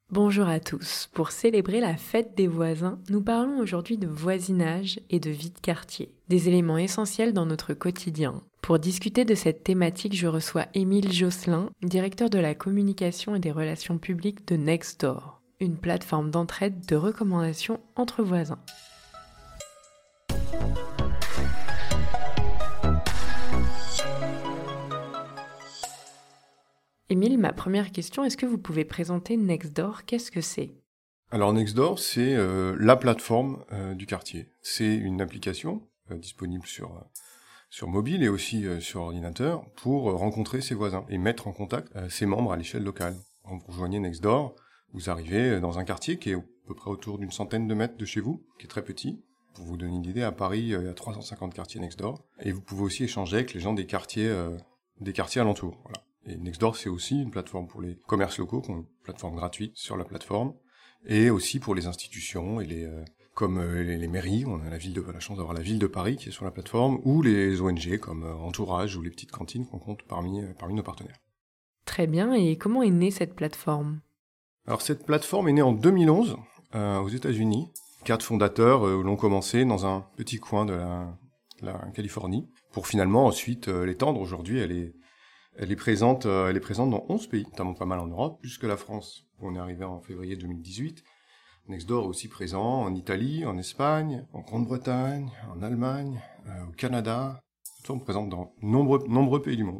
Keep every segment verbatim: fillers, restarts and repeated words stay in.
Bonjour à tous. Pour célébrer la fête des voisins, nous parlons aujourd'hui de voisinage et de vie de quartier, des éléments essentiels dans notre quotidien. Pour discuter de cette thématique, je reçois Émile Josselin, directeur de la communication et des relations publiques de Nextdoor, une plateforme d'entraide de recommandations entre voisins. Émile, ma première question, est-ce que vous pouvez présenter Nextdoor? Qu'est-ce que c'est? Alors Nextdoor, c'est euh, la plateforme euh, du quartier. C'est une application euh, disponible sur, euh, sur mobile et aussi euh, sur ordinateur pour euh, rencontrer ses voisins et mettre en contact euh, ses membres à l'échelle locale. Quand vous rejoignez Nextdoor, vous arrivez dans un quartier qui est à peu près autour d'une centaine de mètres de chez vous, qui est très petit. Pour vous donner une idée, à Paris, euh, il y a trois cent cinquante quartiers Nextdoor. Et vous pouvez aussi échanger avec les gens des quartiers, euh, des quartiers alentours. Voilà. Et Nextdoor, c'est aussi une plateforme pour les commerces locaux, qui ont une plateforme gratuite sur la plateforme, et aussi pour les institutions et les euh, comme euh, les, les mairies. On a la ville de la chance d'avoir la ville de Paris qui est sur la plateforme, ou les O N G comme euh, Entourage ou les petites cantines qu'on compte parmi euh, parmi nos partenaires. Très bien, et comment est née cette plateforme? Alors cette plateforme est née en deux mille onze euh, aux États-Unis. Quatre fondateurs euh, l'ont commencé dans un petit coin de la, la Californie, pour finalement ensuite euh, l'étendre. Aujourd'hui, elle est Elle est présente, euh, elle est présente dans onze pays, notamment pas mal en Europe, jusque la France. On est arrivé en février deux mille dix-huit. Nextdoor est aussi présent en Italie, en Espagne, en Grande-Bretagne, en Allemagne, euh, au Canada. Nous sommes présents dans nombreux, nombreux pays du monde.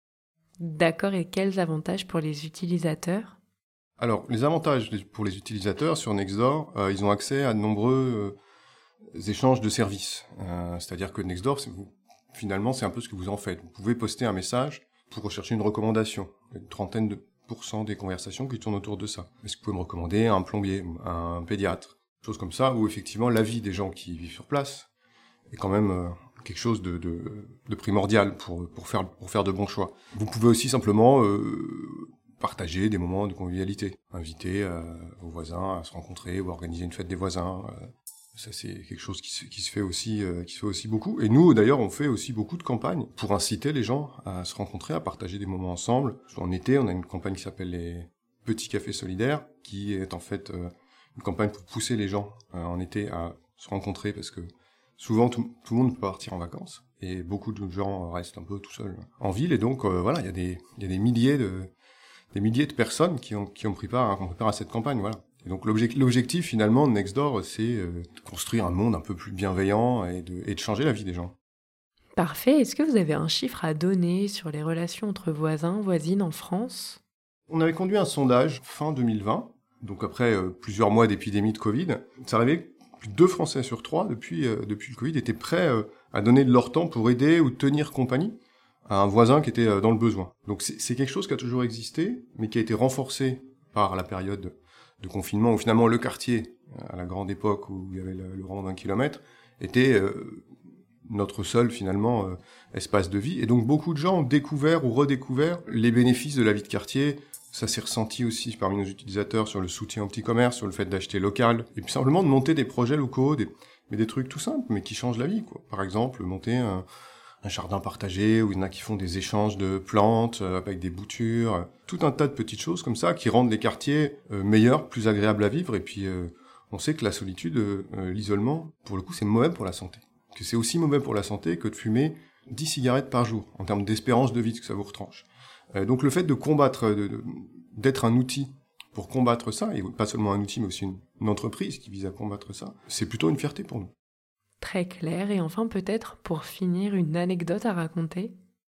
D'accord, et quels avantages pour les utilisateurs? Alors, les avantages pour les utilisateurs sur Nextdoor, euh, ils ont accès à de nombreux euh, échanges de services. Euh, c'est-à-dire que Nextdoor, c'est vous, finalement, c'est un peu ce que vous en faites. Vous pouvez poster un message pour rechercher une recommandation. Une trentaine de pourcents des conversations qui tournent autour de ça. Est-ce que vous pouvez me recommander un plombier, un pédiatre, choses comme ça, où effectivement l'avis des gens qui vivent sur place est quand même euh, quelque chose de, de, de primordial pour, pour, faire, pour faire de bons choix. Vous pouvez aussi simplement euh, partager des moments de convivialité, inviter euh, vos voisins à se rencontrer ou à organiser une fête des voisins. Euh, Ça, c'est quelque chose qui se, qui se fait aussi, euh, qui se fait aussi beaucoup. Et nous, d'ailleurs, on fait aussi beaucoup de campagnes pour inciter les gens à se rencontrer, à partager des moments ensemble. En été, on a une campagne qui s'appelle les Petits Cafés Solidaires, qui est en fait euh, une campagne pour pousser les gens euh, en été à se rencontrer, parce que souvent, tout, tout le monde peut partir en vacances, et beaucoup de gens restent un peu tout seuls en ville. Et donc, euh, voilà, il y a des, il y a des milliers de, des milliers de personnes qui ont, qui ont pris part, qui ont pris part à cette campagne, voilà. Et donc l'objectif, l'objectif finalement de Nextdoor, c'est euh, de construire un monde un peu plus bienveillant et de, et de changer la vie des gens. Parfait. Est-ce que vous avez un chiffre à donner sur les relations entre voisins, voisines en France? On avait conduit un sondage fin deux mille vingt, donc après euh, plusieurs mois d'épidémie de Covid. Ça arrivait que deux Français sur trois, depuis, euh, depuis le Covid, étaient prêts euh, à donner de leur temps pour aider ou tenir compagnie à un voisin qui était euh, dans le besoin. Donc c'est, c'est quelque chose qui a toujours existé, mais qui a été renforcé par la période de confinement, où finalement le quartier, à la grande époque où il y avait le, le rang d'un kilomètre, était euh, notre seul finalement euh, espace de vie. Et donc beaucoup de gens ont découvert ou redécouvert les bénéfices de la vie de quartier. Ça s'est ressenti aussi parmi nos utilisateurs sur le soutien au petit commerce, sur le fait d'acheter local, et puis simplement de monter des projets locaux, des, mais des trucs tout simples, mais qui changent la vie, quoi. Par exemple, monter un, un jardin partagé, où il y en a qui font des échanges de plantes euh, avec des boutures, euh, tout un tas de petites choses comme ça qui rendent les quartiers euh, meilleurs, plus agréables à vivre. Et puis euh, on sait que la solitude, euh, l'isolement, pour le coup, c'est mauvais pour la santé. Que c'est aussi mauvais pour la santé que de fumer dix cigarettes par jour, en termes d'espérance de vie que ça vous retranche. Euh, donc le fait de combattre, de, de, d'être un outil pour combattre ça, et pas seulement un outil, mais aussi une, une entreprise qui vise à combattre ça, c'est plutôt une fierté pour nous. Très clair. Et enfin, peut-être, pour finir, une anecdote à raconter?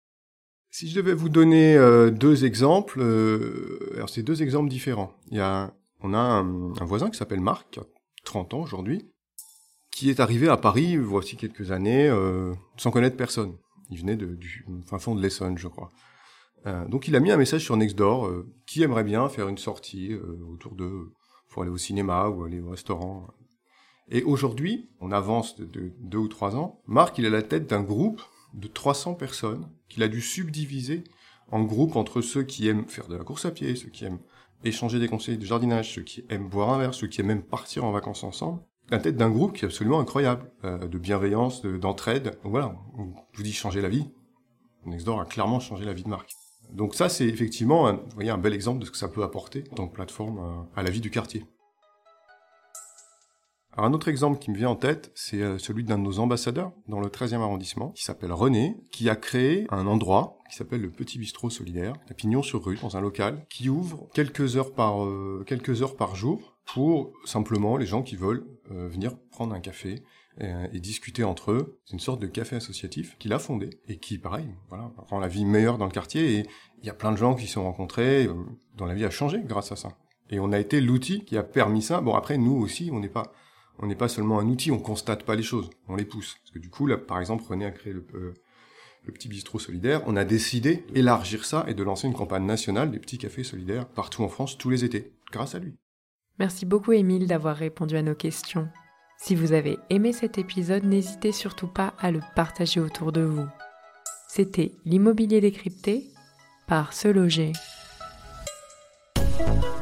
Si je devais vous donner euh, deux exemples, euh, alors c'est deux exemples différents. Il y a, on a un, un voisin qui s'appelle Marc, qui a trente ans aujourd'hui, qui est arrivé à Paris, voici quelques années, euh, sans connaître personne. Il venait de, du fin fond de l'Essonne, je crois. Euh, donc il a mis un message sur Nextdoor, euh, qui aimerait bien faire une sortie euh, autour de, pour aller au cinéma ou aller au restaurant. Et aujourd'hui, on avance de, de deux ou trois ans, Marc, il est à la tête d'un groupe de trois cents personnes qu'il a dû subdiviser en groupes entre ceux qui aiment faire de la course à pied, ceux qui aiment échanger des conseils de jardinage, ceux qui aiment boire un verre, ceux qui aiment même partir en vacances ensemble. À la tête d'un groupe qui est absolument incroyable, euh, de bienveillance, de, d'entraide. Donc voilà, je vous dis changer la vie. Nextdoor a clairement changé la vie de Marc. Donc ça, c'est effectivement un, vous voyez, un bel exemple de ce que ça peut apporter en tant que plateforme à, à la vie du quartier. Alors un autre exemple qui me vient en tête, c'est celui d'un de nos ambassadeurs dans le treizième arrondissement, qui s'appelle René, qui a créé un endroit qui s'appelle le Petit Bistrot Solidaire, à Pignon-sur-Rue, dans un local, qui ouvre quelques heures par, euh, quelques heures par jour pour simplement les gens qui veulent euh, venir prendre un café et, et discuter entre eux. C'est une sorte de café associatif qu'il a fondé et qui, pareil, voilà, rend la vie meilleure dans le quartier, et il y a plein de gens qui se sont rencontrés, euh, dont la vie a changé grâce à ça. Et on a été l'outil qui a permis ça. Bon, après, nous aussi, on n'est pas... On n'est pas seulement un outil, on constate pas les choses, on les pousse. Parce que du coup, là, par exemple, René a créé le, euh, le Petit Bistrot Solidaire. On a décidé d'élargir ça et de lancer une campagne nationale des petits cafés solidaires partout en France, tous les étés, grâce à lui. Merci beaucoup, Émile, d'avoir répondu à nos questions. Si vous avez aimé cet épisode, n'hésitez surtout pas à le partager autour de vous. C'était l'Immobilier décrypté par Se Loger.